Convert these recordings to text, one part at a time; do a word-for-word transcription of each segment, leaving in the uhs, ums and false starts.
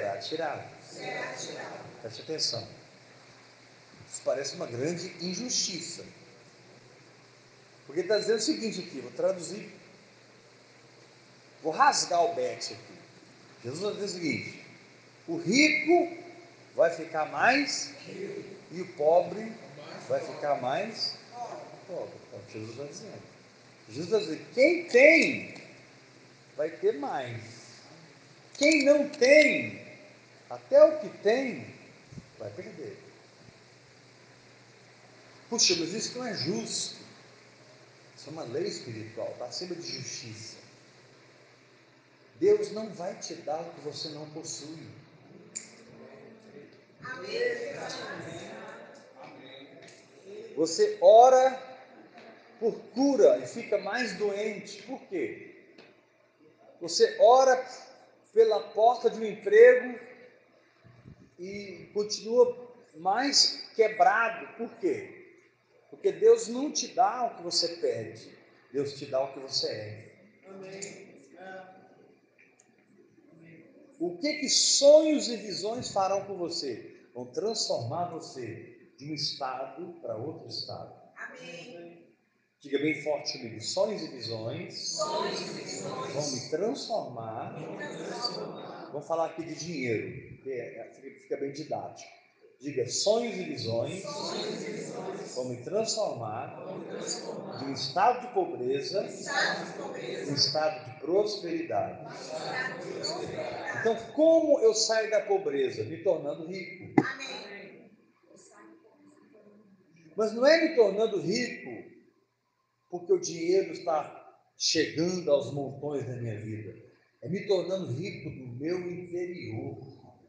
será tirado. Será tirado. Preste atenção. Isso parece uma grande injustiça. Porque está dizendo o seguinte aqui, vou traduzir. Vou rasgar o bet aqui. Jesus vai dizer o seguinte: o rico vai ficar mais e o pobre vai ficar mais pobre. É o que Jesus está dizendo. Jesus está dizendo: quem tem vai ter mais. Quem não tem, até o que tem, vai perder. Puxa, mas isso não é justo. Isso é uma lei espiritual, está acima de justiça. Deus não vai te dar o que você não possui. Você ora por cura e fica mais doente. Por quê? Você ora pela porta de um emprego e continua mais quebrado. Por quê? Porque Deus não te dá o que você pede, Deus te dá o que você é. Amém. O que que sonhos e visões farão com você? Vão transformar você de um estado para outro estado. Amém. Diga bem forte comigo: sonhos e visões, sonhos e visões vão me transformar, me transformar. Vamos falar aqui de dinheiro, porque fica, fica bem didático. Diga: sonhos e visões, sonhos e visões vão me transformar, vão me transformar de um estado de pobreza, estado de pobreza um estado de prosperidade. Estado de prosperidade. Então, como eu saio da pobreza? Me tornando rico. Amém. Mas não é me tornando rico porque o dinheiro está chegando aos montões na minha vida. É me tornando rico no meu interior.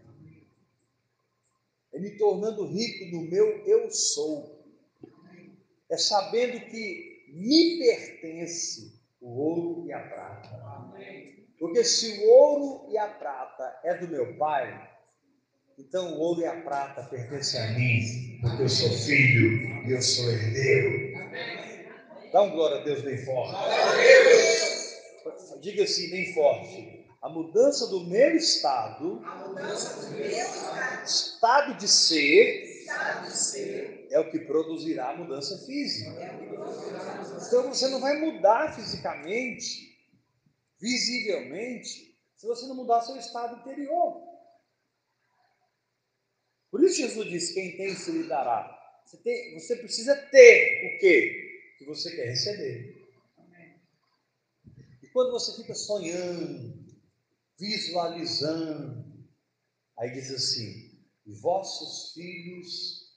É me tornando rico no meu eu sou. É sabendo que me pertence o ouro e a prata. Porque se o ouro e a prata é do meu pai, então o ouro e a prata pertencem a mim, porque eu sou filho e eu sou herdeiro. Dá um glória a Deus bem forte. Diga assim, bem forte: a mudança do meu estado, a mudança do meu estado, estado de ser, estado de ser é o que produzirá a mudança física. É o que produzirá a mudança. Então você não vai mudar fisicamente, visivelmente, se você não mudar seu estado interior. Por isso Jesus disse: quem tem se lhe dará. Você, tem, você precisa ter o quê? Que você quer receber. E quando você fica sonhando, visualizando, aí diz assim: e vossos filhos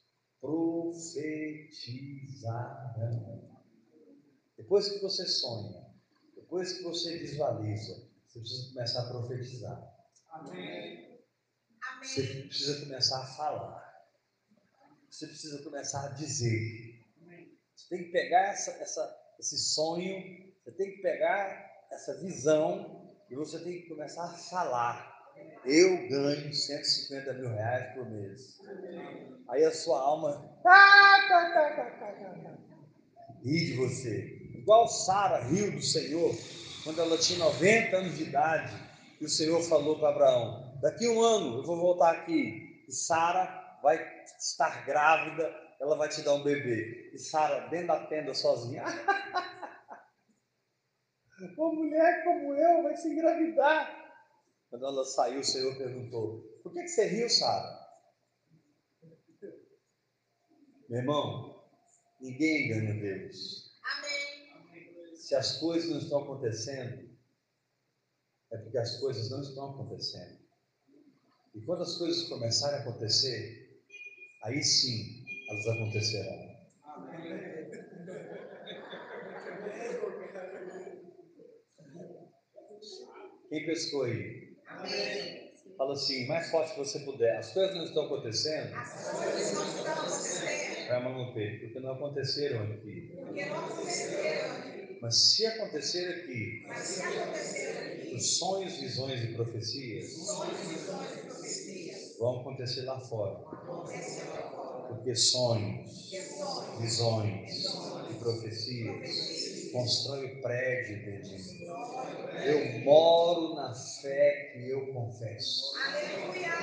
profetizarão. Depois que você sonha, depois que você visualiza, você precisa começar a profetizar. Amém. Você precisa começar a falar. Você precisa começar a dizer. Você tem que pegar essa, essa, esse sonho, você tem que pegar essa visão e você tem que começar a falar. Eu ganho cento e cinquenta mil reais por mês. Aí a sua alma ri de você. Igual Sara riu do Senhor quando ela tinha noventa anos de idade e o Senhor falou para Abraão: daqui a um ano eu vou voltar aqui e Sara vai estar grávida, ela vai te dar um bebê. E Sara dentro da tenda sozinha. Uma mulher como eu vai se engravidar. Quando ela saiu, o Senhor perguntou: por que você riu, Sara? Meu irmão, ninguém engana Deus. Amém. Se as coisas não estão acontecendo, é porque as coisas não estão acontecendo. E quando as coisas começarem a acontecer, aí sim elas acontecerão. Amém. Quem pescou aí? Amém. Fala assim, mais forte que você puder. As coisas não estão acontecendo. As coisas não estão acontecendo. Vai a mão no peito, porque não aconteceram aqui. Porque não aconteceram aqui. Mas se acontecer aqui, Mas se acontecer aqui, os sonhos, visões e profecias, sonhos, visões e profecias vão acontecer lá fora. Vão acontecer lá fora. Porque sonhos, porque sonhos visões, visões e profecias, profecias constrói o prédio dentro de mim. Eu moro na fé que eu confesso. Aleluia!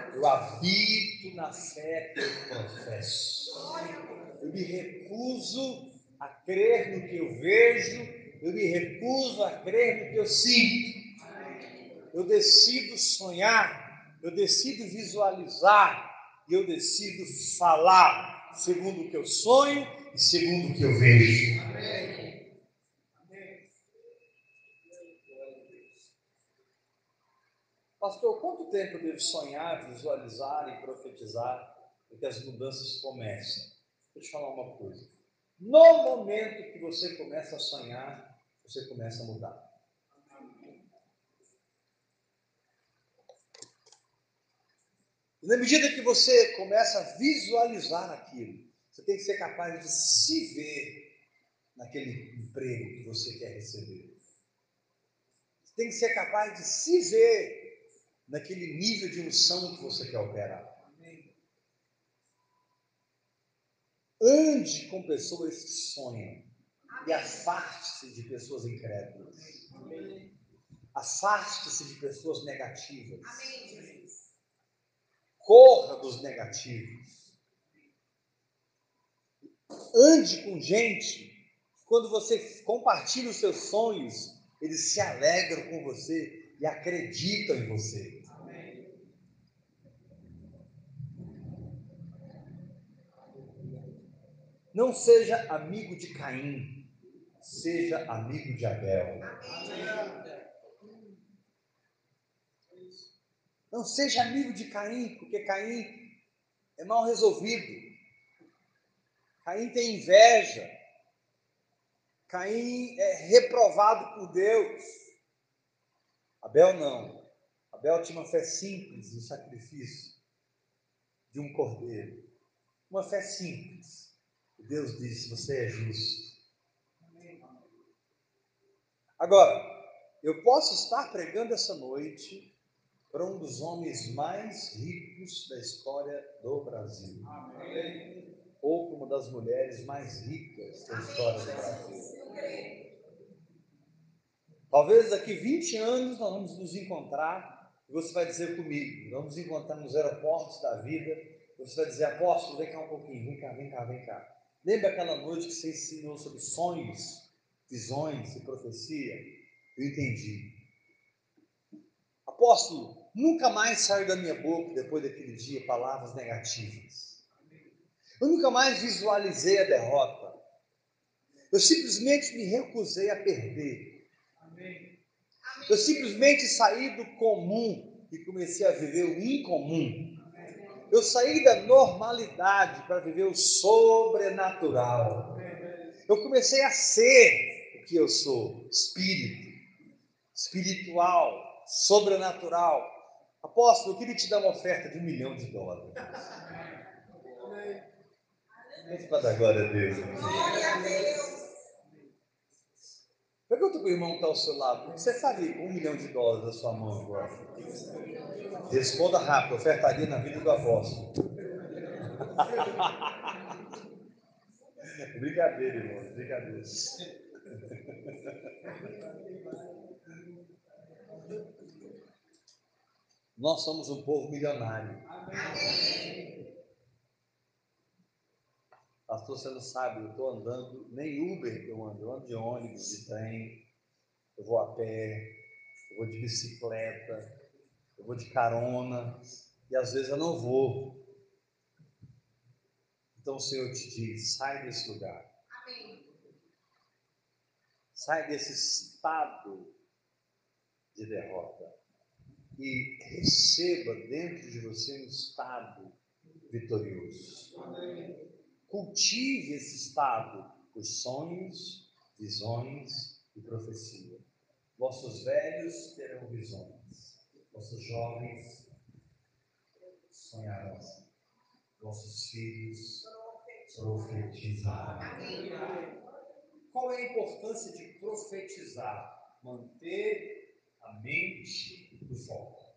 Eu habito na fé que eu professo. Eu me recuso a crer no que eu vejo, eu me recuso a crer no que eu sinto. Eu decido sonhar, eu decido visualizar, e eu decido falar segundo o que eu sonho e segundo o que eu vejo. Pastor, quanto tempo eu devo sonhar, visualizar e profetizar para que as mudanças comecem? Vou te falar uma coisa. No momento que você começa a sonhar, você começa a mudar. E na medida que você começa a visualizar aquilo, você tem que ser capaz de se ver naquele emprego que você quer receber. Você tem que ser capaz de se ver naquele nível de unção que você quer operar. Ande com pessoas que sonham e afaste-se de pessoas incrédulas. Afaste-se de pessoas negativas. Corra dos negativos. Ande com gente. Quando você compartilha os seus sonhos, eles se alegram com você e acreditam em você. Não seja amigo de Caim, seja amigo de Abel. Não seja amigo de Caim, porque Caim é mal resolvido. Caim tem inveja. Caim é reprovado por Deus. Abel não. Abel tinha uma fé simples no sacrifício de um cordeiro. Uma fé simples. E Deus disse: você é justo. Agora, eu posso estar pregando essa noite para um dos homens mais ricos da história do Brasil. Amém. Ou para uma das mulheres mais ricas da história do Brasil. Talvez daqui vinte anos nós vamos nos encontrar e você vai dizer comigo, vamos nos encontrar nos aeroportos da vida, você vai dizer: apóstolo, vem cá um pouquinho, vem cá, vem cá, vem cá. Lembra aquela noite que você ensinou sobre sonhos, visões e profecia? Eu entendi. Apóstolo, nunca mais saiu da minha boca, depois daquele dia, palavras negativas. Eu nunca mais visualizei a derrota. Eu simplesmente me recusei a perder. Eu simplesmente saí do comum e comecei a viver o incomum. Eu saí da normalidade para viver o sobrenatural. Eu comecei a ser o que eu sou: espírito, espiritual, sobrenatural. Apóstolo, eu queria te dar uma oferta de um milhão de dólares. Vamos para dar glória a Deus. Glória a Deus. Pergunta para o irmão que está ao seu lado: você faria com um milhão de dólares na sua mão agora? Responda rápido: ofertaria na vida do apóstolo. Brincadeira, irmão, brincadeira. Nós somos um povo milionário. Pastor, você não sabe, eu estou andando, nem Uber eu ando, eu ando de ônibus, de trem, eu vou a pé, eu vou de bicicleta, eu vou de carona, e às vezes eu não vou. Então o Senhor te diz: sai desse lugar. Amém. Sai desse estado de derrota e receba dentro de você um estado vitorioso. Amém. Cultive esse estado por sonhos, visões e profecia. Vossos velhos terão visões, vossos jovens sonharão, vossos filhos profetizarão. Qual é a importância de profetizar? Manter a mente no foco.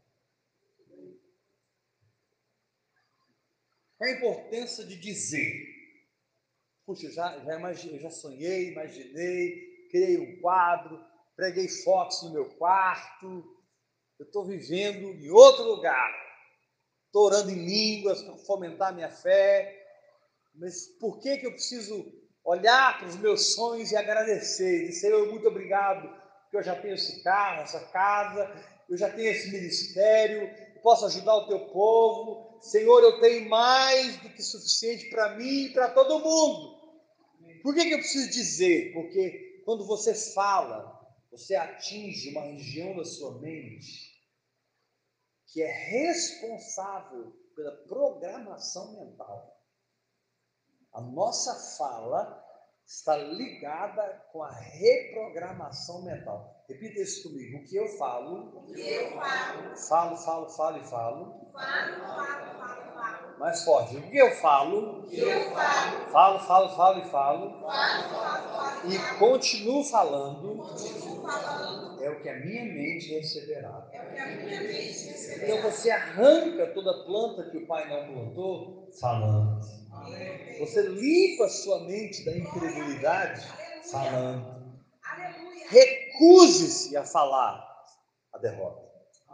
Qual é a importância de dizer? Puxa, já, já, imaginei, já sonhei, imaginei, criei um quadro, preguei fotos no meu quarto, eu estou vivendo em outro lugar. estou orando em línguas para fomentar a minha fé, mas por que que eu preciso olhar para os meus sonhos e agradecer, e dizer, Senhor, muito obrigado, porque eu já tenho esse carro, essa casa, eu já tenho esse ministério, eu posso ajudar o teu povo, Senhor, eu tenho mais do que suficiente para mim e para todo mundo. Por que que eu preciso dizer? Porque quando você fala, você atinge uma região da sua mente que é responsável pela programação mental. A nossa fala está ligada com a reprogramação mental. Repita isso comigo. O que eu falo, O que eu falo, falo, falo, falo e falo. falo, falo, falo, falo. Mais forte. O que eu falo, O que eu falo, falo, falo, falo e falo. falo, falo, falo, E falo. continuo falando. Continuo falando, É o que a minha mente receberá. é o que a minha mente Então receberá. você arranca toda planta que o Pai não plantou falando. Você limpa a sua mente da incredulidade falando. Aleluia. Recuse-se a falar a derrota.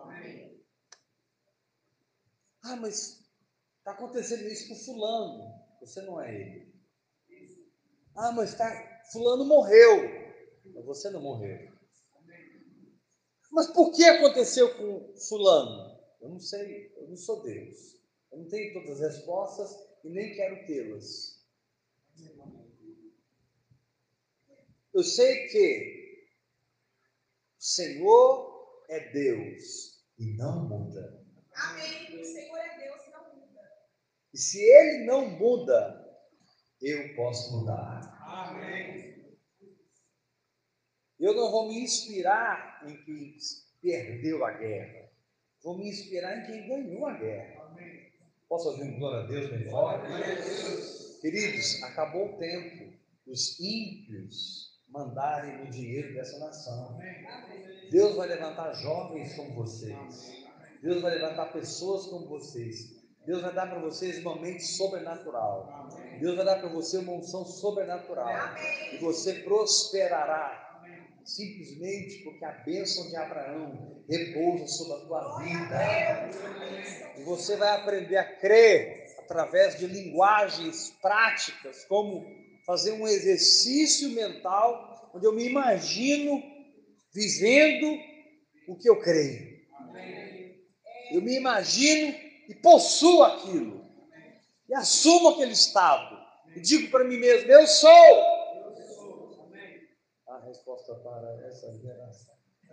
Ah, mas está acontecendo isso com fulano. Você não é ele. Ah, mas tá, fulano morreu. Mas você não morreu. Mas por que aconteceu com fulano? Eu não sei, eu não sou Deus. Eu não tenho todas as respostas e nem quero tê-las. Eu sei que o Senhor é Deus e não muda. Amém. O Senhor é Deus e não muda. E se Ele não muda, eu posso mudar. Amém. Eu não vou me inspirar em quem perdeu a guerra. Vou me inspirar em quem ganhou a guerra. Posso ouvir um glória a Deus bem forte? Queridos, acabou o tempo dos ímpios mandarem no dinheiro dessa nação. Deus vai levantar jovens como vocês. Deus vai levantar pessoas como vocês. Deus vai dar para vocês uma mente sobrenatural. Deus vai dar para você uma unção sobrenatural. E você prosperará. Simplesmente porque a bênção de Abraão repousa sobre a tua vida. E você vai aprender a crer através de linguagens práticas, como fazer um exercício mental, onde eu me imagino vivendo o que eu creio. Eu me imagino e possuo aquilo. E assumo aquele estado. E digo para mim mesmo, eu sou. A resposta para essa geração.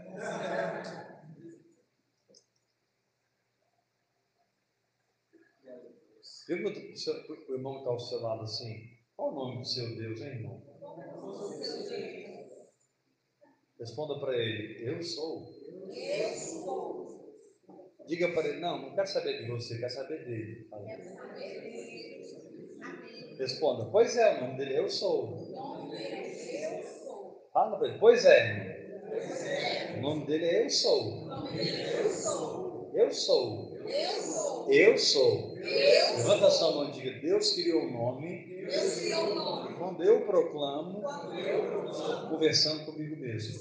Pergunta para o irmão que está ao seu lado assim, qual o nome do seu Deus, hein, irmão? Responda para ele, eu sou. Eu sou. Diga para ele, não, não quero saber de você, quero saber dele. Responda, pois é, o nome dele é eu sou. Eu sou. Fala para ele, pois é, o nome dele é eu sou. Eu sou. Eu sou. Eu sou. Eu sou. Eu Levanta a sua mão e diga, Deus criou um nome. Deus criou um nome. Quando eu proclamo, Quando eu estou conversando comigo mesmo.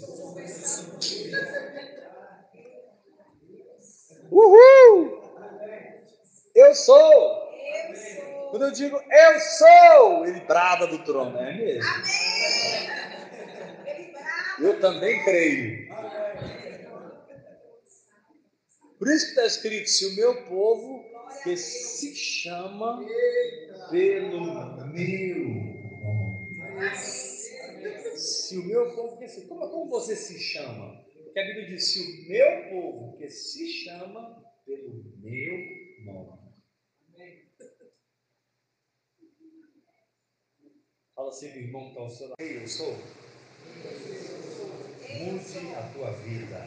Uhul! Eu sou! Eu sou. Quando eu digo eu sou, ele brada do trono, é mesmo? Amém. Ele brava. Eu também creio. Por isso que está escrito, se o meu povo, que se chama pelo meu nome. Se o meu povo, que se, como, como você se chama? Porque a Bíblia diz, se o meu povo, que se chama pelo meu nome. Fala assim, meu irmão que está ao seu lado. Ei, eu sou. Mude a tua vida.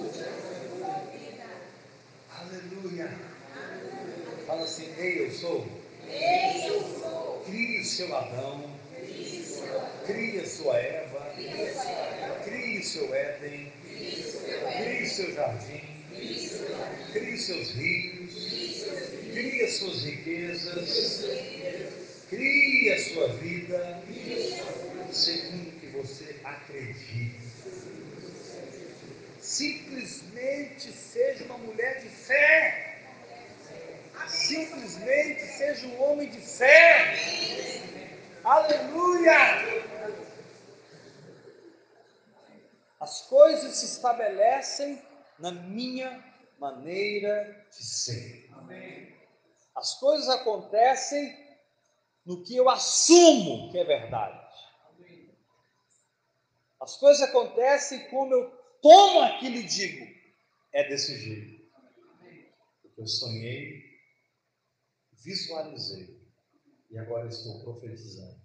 Aleluia. Fala assim, ei, eu sou. Ei, eu sou. Crie o seu Adão. Crie a sua Eva. Crie o seu Éden. Crie o seu jardim. Crie os seus rios. Crie as suas riquezas. Crie a sua vida segundo o que você acredita. Simplesmente seja uma mulher de fé. simplesmente seja um homem de fé. Aleluia! As coisas se estabelecem na minha maneira de ser. As coisas acontecem no que eu assumo que é verdade. As coisas acontecem como eu tomo aquilo e digo, é desse jeito. Porque eu sonhei, visualizei e agora estou profetizando.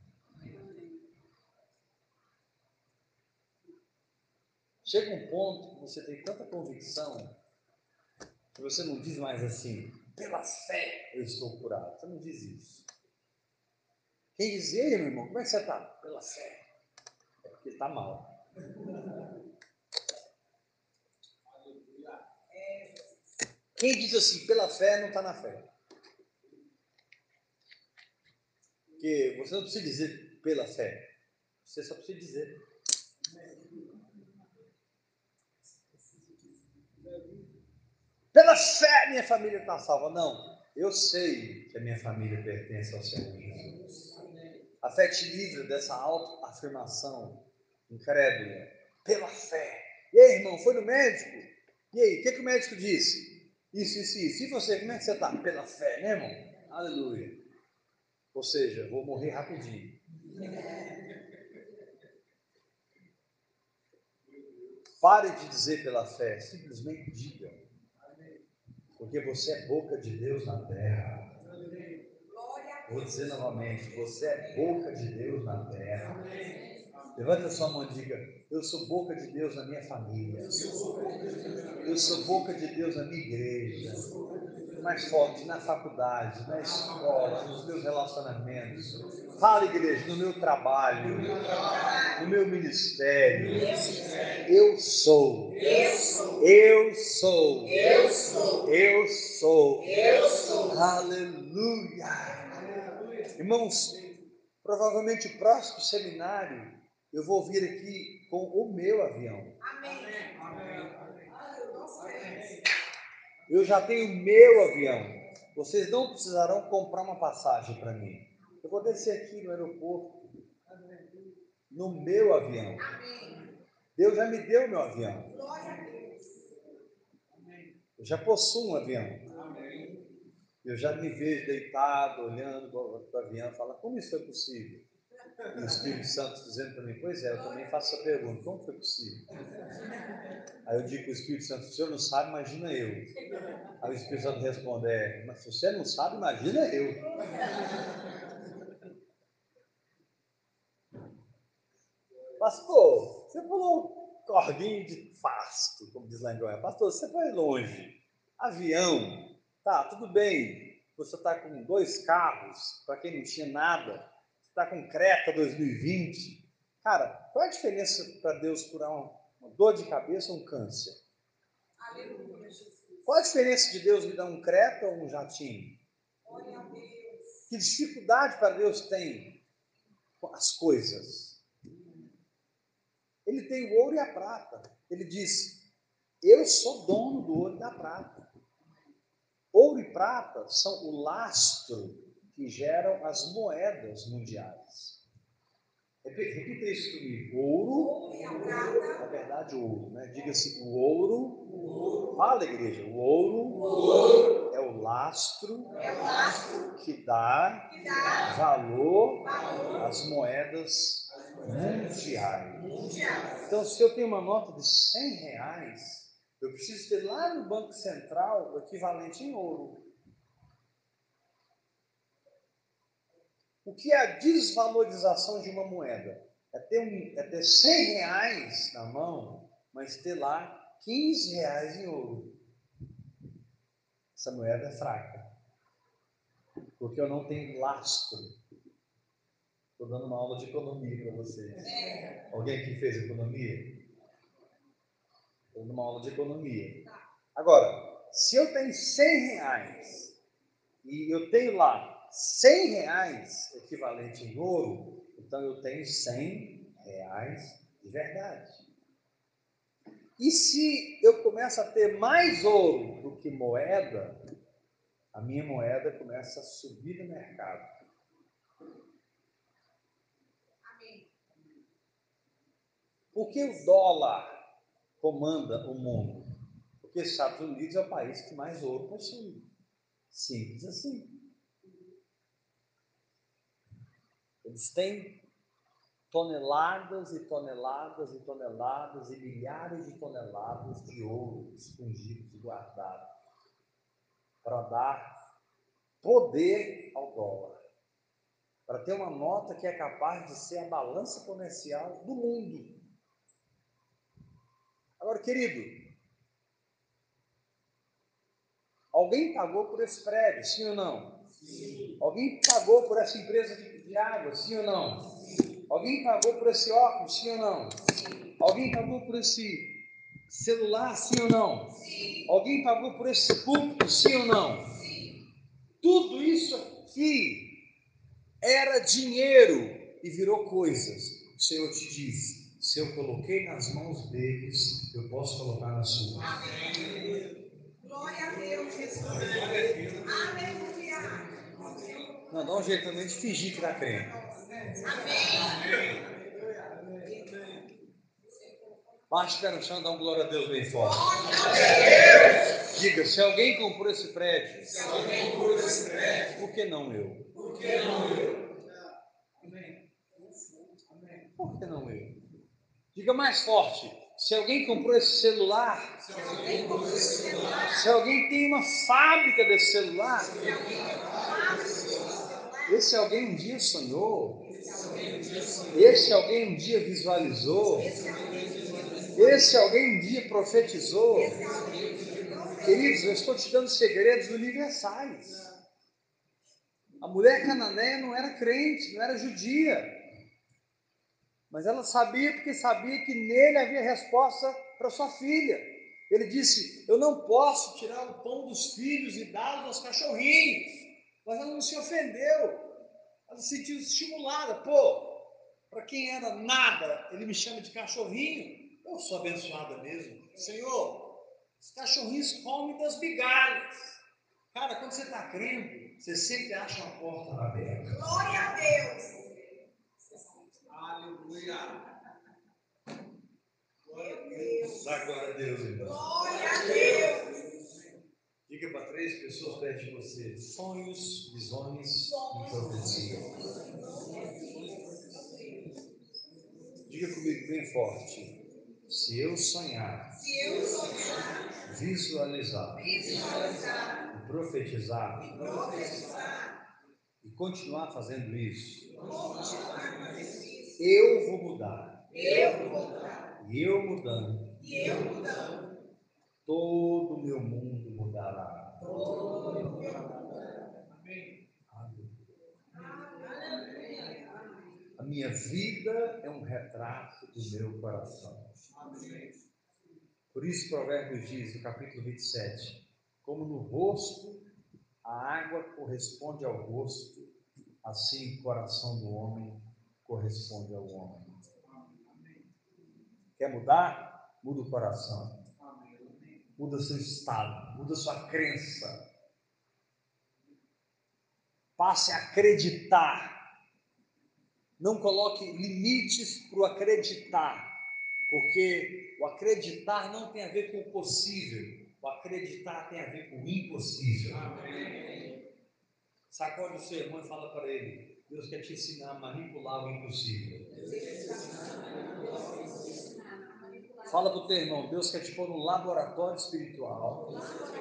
Chega um ponto que você tem tanta convicção que você não diz mais assim, pela fé eu estou curado. Você não diz isso. Quem diz, ei, meu irmão, como é que você está? Pela fé. É porque está mal. Quem diz assim, pela fé, não está na fé. Porque você não precisa dizer pela fé. Você só precisa dizer. Pela fé minha família está salva. Não, eu sei que a minha família pertence ao Senhor Jesus. A fé te livra dessa autoafirmação incrédula. Pela fé. E aí, irmão, foi no médico? E aí, o que, que o médico disse? Isso, isso, isso. E você, como é que você está? Pela fé, né, irmão? Aleluia. Ou seja, vou morrer rapidinho. Pare de dizer pela fé, simplesmente diga. Porque você é boca de Deus na terra. Vou dizer novamente, você é boca de Deus na terra. Levanta a sua mão e diga, eu sou boca de Deus na minha família. Eu sou boca de Deus na minha igreja. Mais forte, na faculdade, na escola, nos meus relacionamentos. Fala, igreja, no meu trabalho, no meu ministério. Eu sou. Eu sou. Eu sou. Eu sou. Eu sou. Aleluia. Irmãos, provavelmente o próximo seminário eu vou vir aqui com o meu avião. Amém. Eu já tenho o meu avião. Vocês não precisarão comprar uma passagem para mim. Eu vou descer aqui no aeroporto, no meu avião. Deus já me deu o meu avião. Eu já possuo um avião. Eu já me vejo deitado, olhando para o avião, fala, como isso foi possível? E o Espírito Santo dizendo para mim, pois é, eu também faço essa pergunta, como foi possível? Aí eu digo para o Espírito Santo, o senhor não sabe, imagina eu. Aí o Espírito Santo responde, é, mas se você não sabe, imagina eu. Pastor, você falou um corguinho de pasto, como diz lá em Goiás. Pastor, você foi longe. Avião, tá, tudo bem. Você está com dois carros, para quem não tinha nada. Você está com Creta dois mil e vinte. Cara, qual é a diferença para Deus curar uma, uma dor de cabeça ou um câncer? Aleluia, Jesus. Qual a diferença de Deus me dar um Creta ou um jatinho? Glória a Deus. Que dificuldade para Deus tem com as coisas? Ele tem o ouro e a prata. Ele diz, eu sou dono do ouro e da prata. Ouro e prata são o lastro que geram as moedas mundiais. Repita isso comigo. Ouro, na verdade ouro, né? Diga-se o ouro. Fala, igreja. O ouro é o lastro que dá valor às moedas mundiais. Então, se eu tenho uma nota de cem reais, eu preciso ter lá no Banco Central o equivalente em ouro. O que é a desvalorização de uma moeda? É ter, um, é ter cem reais na mão, mas ter lá quinze reais em ouro. Essa moeda é fraca, porque eu não tenho lastro. Estou dando uma aula de economia para vocês. Alguém aqui fez economia? Estou dando uma aula de economia. Agora, se eu tenho cem reais e eu tenho lá cem reais equivalente em ouro, então eu tenho cem reais de verdade. E se eu começo a ter mais ouro do que moeda, a minha moeda começa a subir no mercado. Amém. Por que o dólar comanda o mundo? Porque os Estados Unidos é o país que mais ouro possui. Simples assim. Eles têm toneladas e toneladas e toneladas e milhares de toneladas de ouro escondidos e guardados para dar poder ao dólar, para ter uma nota que é capaz de ser a balança comercial do mundo. Agora, querido, alguém pagou por esse prédio, sim ou não? Sim. Alguém pagou por essa empresa de, de água, sim ou não? Sim. Alguém pagou por esse óculos, sim ou não? Sim. Alguém pagou por esse celular, sim ou não? Sim. Alguém pagou por esse púlpito, sim ou não? Sim. Tudo isso aqui era dinheiro e virou coisas. O Senhor te diz: se eu coloquei nas mãos deles, eu posso colocar nas suas. Amém. Glória a Deus, Jesus. Aleluia. Não, dá um jeito também de fingir que está crente. Amém. Bate o pé no chão e dá um glória a Deus bem forte. Glória a Deus. Diga: se alguém comprou esse prédio, Se alguém comprou esse prédio, por que não eu? por que não eu? Amém. Por que não eu? Diga mais forte: se alguém comprou esse celular, Se alguém comprou esse celular, se alguém tem uma fábrica desse celular, se alguém tem uma fábrica desse celular, esse alguém um dia sonhou, se alguém um dia sonhou, esse alguém um dia visualizou, esse alguém um dia visualizou, esse alguém um dia profetizou. esse alguém um dia profetizou. Queridos, eu estou te dando segredos universais. A mulher cananeia não era crente, não era judia, mas ela sabia porque sabia que nele havia resposta para sua filha. Ele disse: eu não posso tirar o pão dos filhos e dá-los aos cachorrinhos. Mas ela não se ofendeu, ela se sentiu estimulada. Pô, para quem era nada, ele me chama de cachorrinho, eu sou abençoada mesmo. Senhor, os cachorrinhos comem das migalhas. Cara, quando você está crendo, você sempre acha uma porta aberta. Glória a Deus. Aleluia. Dá glória a Deus, irmão. Glória a Deus. Diga para três pessoas perto de você: sonhos, visões e profecia. Diga comigo bem forte: se eu sonhar, Se eu sonhar, visualizar, visualizar, e profetizar, e profetizar, e continuar fazendo isso, continuar fazendo isso, eu vou mudar. eu vou mudar. E eu mudando, E eu mudando, todo o meu mundo mudará. todo o meu mundo. Amém. A minha vida é um retrato do meu coração. Por isso Provérbios diz, no capítulo vinte e sete, como no rosto a água corresponde ao rosto, assim o coração do homem corresponde ao homem. Quer mudar? Muda o coração. Muda seu estado, muda sua crença. Passe a acreditar. Não coloque limites para o acreditar, porque o acreditar não tem a ver com o possível, o acreditar tem a ver com o impossível. Amém. Sacode o seu irmão e fala para ele: Deus quer te ensinar a manipular o impossível. Fala para o teu irmão: Deus quer te pôr num laboratório espiritual,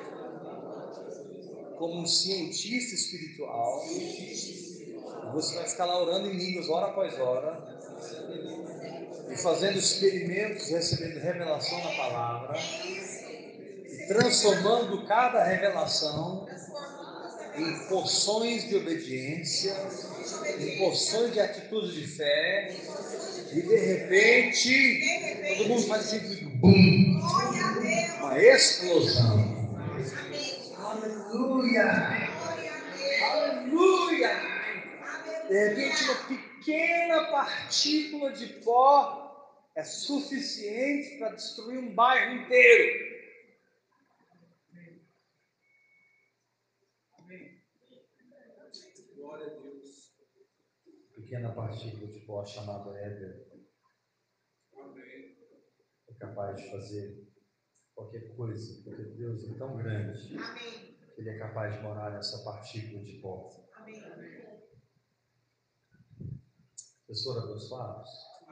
como um cientista espiritual, e você vai ficar lá orando em línguas hora após hora, e fazendo experimentos, recebendo revelação na palavra, e transformando cada revelação em porções de obediência, em porções de atitude de fé, e de repente, todo mundo faz assim, bum, uma explosão. Aleluia! Aleluia! De repente, uma pequena partícula de pó é suficiente para destruir um bairro inteiro. Glória a Deus. Pequena partícula de pó chamada éter é capaz de fazer qualquer coisa, porque Deus é tão grande que Ele é capaz de morar nessa partícula de pó. Vocês foram abençoados?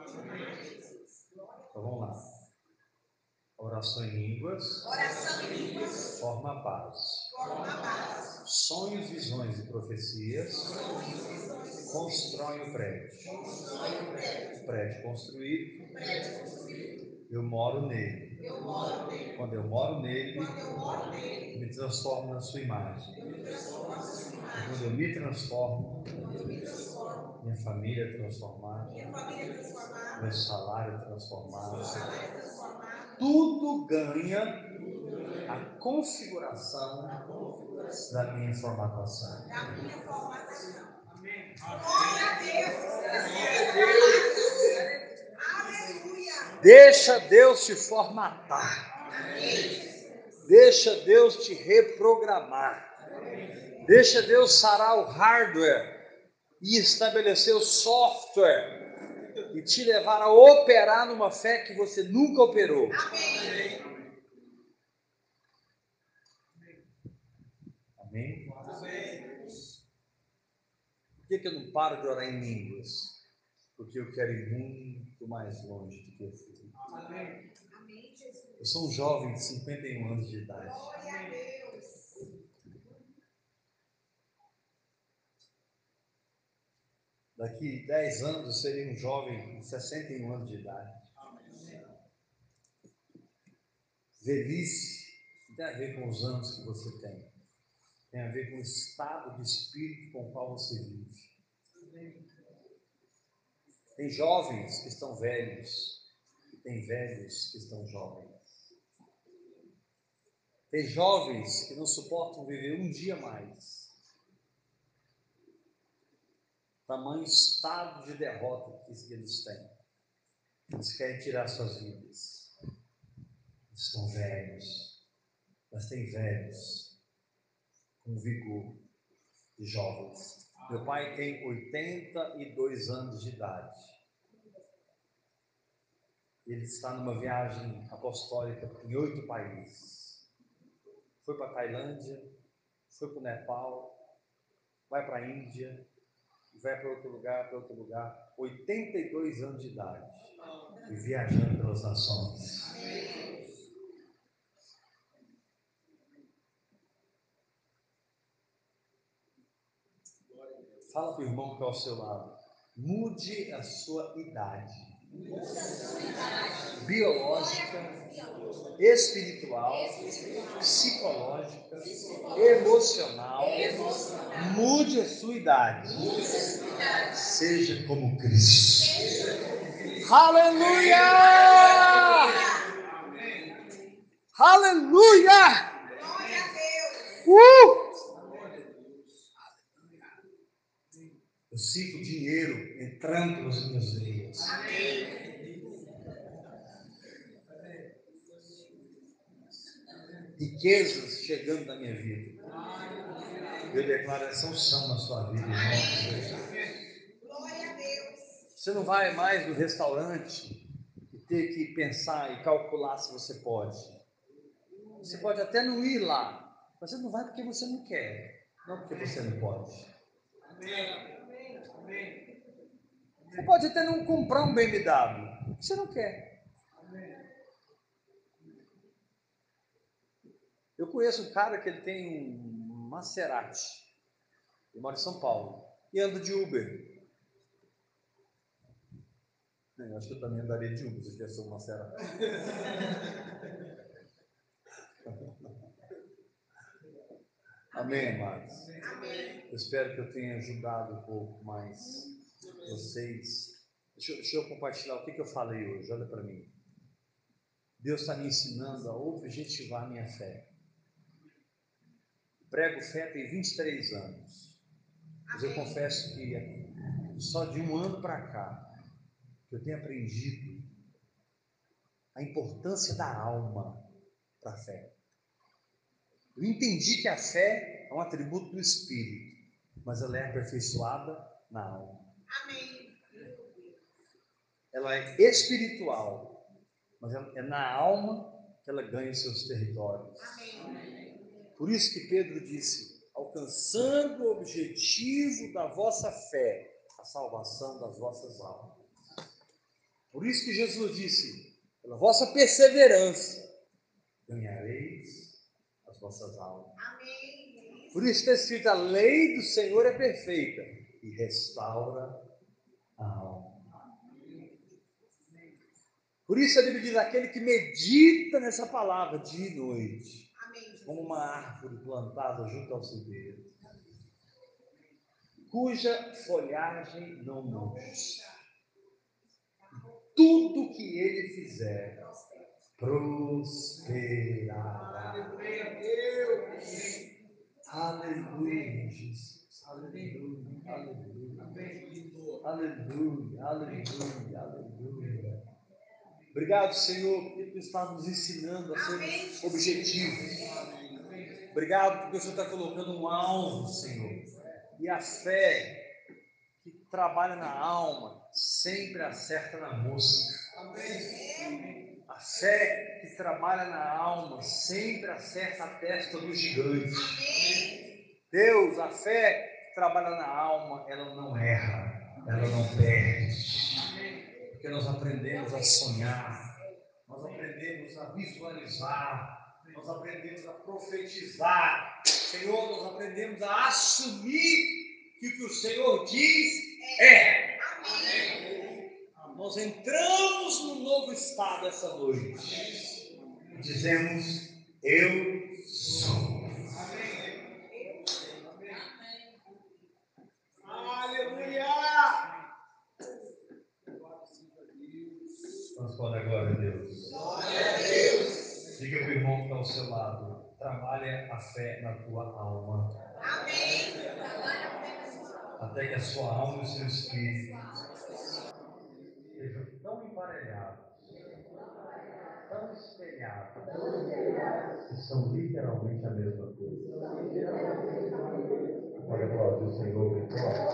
Então vamos lá. Oração em línguas. Oração em línguas. Forma paz. Forma paz. Sonhos, visões e profecias. Sonhos, visões. Constroem o prédio. Constrói o prédio. O prédio construído. O prédio construído. Eu moro nele. Eu moro nele. Quando eu moro nele, Quando eu moro nele, eu me transformo na sua imagem. eu me transformo na sua imagem. Quando eu me transformo, Quando eu me transformo, minha família é transformada, minha família é transformada, meu salário é meu transformado. salário é transformado. Tudo ganha a configuração da minha formatação. Da minha formatação. Glória a Deus. Aleluia. Deixa Deus te formatar. Amém. Deixa Deus te reprogramar. Deixa Deus sarar o hardware e estabelecer o software e te levar a operar numa fé que você nunca operou. Amém. Amém? Por que, que eu não paro de orar em línguas? Porque eu quero ir muito mais longe do que eu fui. Amém, Jesus. Eu sou um jovem de cinquenta e um anos de idade. Glória a Deus. Daqui dez anos eu serei um jovem de sessenta e um anos de idade. Velhice não tem a ver com os anos que você tem. Tem a ver com o estado de espírito com o qual você vive. Tem jovens que estão velhos e tem velhos que estão jovens. Tem jovens que não suportam viver um dia mais. Tamanho estado de derrota que eles têm. Eles querem tirar suas vidas. Eles estão velhos, mas tem velhos com vigor de jovens. Meu pai tem oitenta e dois anos de idade. Ele está numa viagem apostólica em oito países. Foi para a Tailândia, foi para o Nepal, vai para a Índia, vai para outro lugar, para outro lugar. oitenta e dois anos de idade. E viajando pelas nações. Fala para o irmão que está ao seu lado. Mude a sua idade. Biológica, espiritual, psicológica, emocional. Mude a sua idade. Seja como Cristo. Aleluia! Aleluia! Glória a Deus. Uh! Eu sinto dinheiro entrando pelas minhas veias. Riquezas chegando na minha vida. Eu declaro essa unção na sua vida, irmão. Glória a Deus. Você não vai mais no restaurante e ter que pensar e calcular se você pode. Você pode até não ir lá, mas você não vai porque você não quer, não porque você não pode. Você pode até não comprar um B M W, porque você não quer. Eu conheço um cara que ele tem um Maserati, ele mora em São Paulo, e anda de Uber. Eu acho que eu também andaria de Uber se eu tivesse um Maserati. Amém, amados? Amém. Eu espero que eu tenha ajudado um pouco mais vocês. Deixa eu, deixa eu compartilhar o que, que eu falei hoje, olha para mim. Deus está me ensinando a objetivar a minha fé. Prego fé tem vinte e três anos, mas eu confesso que só de um ano para cá que eu tenho aprendido a importância da alma para a fé. Eu entendi que a fé é um atributo do Espírito, mas ela é aperfeiçoada na alma. Amém. Ela é espiritual, mas é na alma que ela ganha os seus territórios. Amém. Por isso que Pedro disse, alcançando o objetivo da vossa fé, a salvação das vossas almas. Por isso que Jesus disse, pela vossa perseverança, ganhareis as vossas almas. Amém. Por isso está escrito, a lei do Senhor é perfeita e restaura a alma. Por isso a Bíblia diz, aquele que medita nessa palavra dia e noite, Amém. como uma árvore plantada junto ao ribeiro, cuja folhagem não murcha. Tudo que ele fizer prosperará. Aleluia, Jesus. Aleluia, aleluia. Aleluia, aleluia, aleluia. Obrigado, Senhor, porque tu está nos ensinando a ser objetivos. Obrigado porque o Senhor está colocando um alvo, Senhor. E a fé que trabalha na alma sempre acerta na mosca. A fé que trabalha na alma sempre acerta a testa do gigante. Deus, a fé que trabalha na alma, ela não erra, ela não perde. Porque nós aprendemos a sonhar, nós aprendemos a visualizar, nós aprendemos a profetizar. Senhor, nós aprendemos a assumir que o que o Senhor diz é. Nós entramos num novo estado essa noite. Dizemos, eu sou. Aleluia! Vamos falar da glória a Deus. Glória a Deus. Diga para o irmão que está ao seu lado, trabalha a fé na tua alma. Amém. Até que a sua alma e o seu espírito sejam tão emparelhados, tão espelhados, que são literalmente a mesma coisa. Pode aplaudir o Senhor, vitória.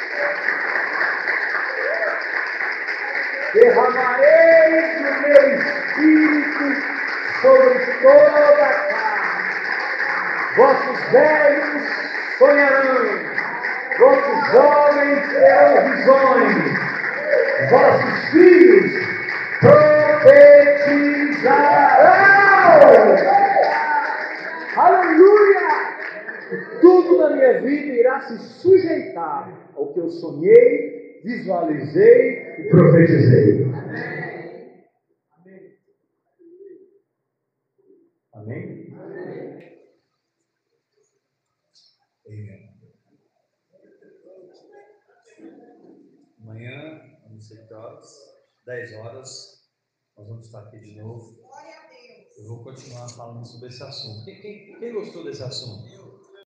Derramarei o meu espírito sobre toda a carne. Vossos velhos sonharão, vossos jovens terão visões, vossos filhos profetizarão. Aleluia! Tudo na minha vida irá se sujeitar ao que eu sonhei, visualizei e profetizei. Amém? Amém? Amém. Amanhã, não sei que horas, dez horas, nós vamos estar aqui de novo. Eu vou continuar falando sobre esse assunto. Quem, quem, quem gostou desse assunto?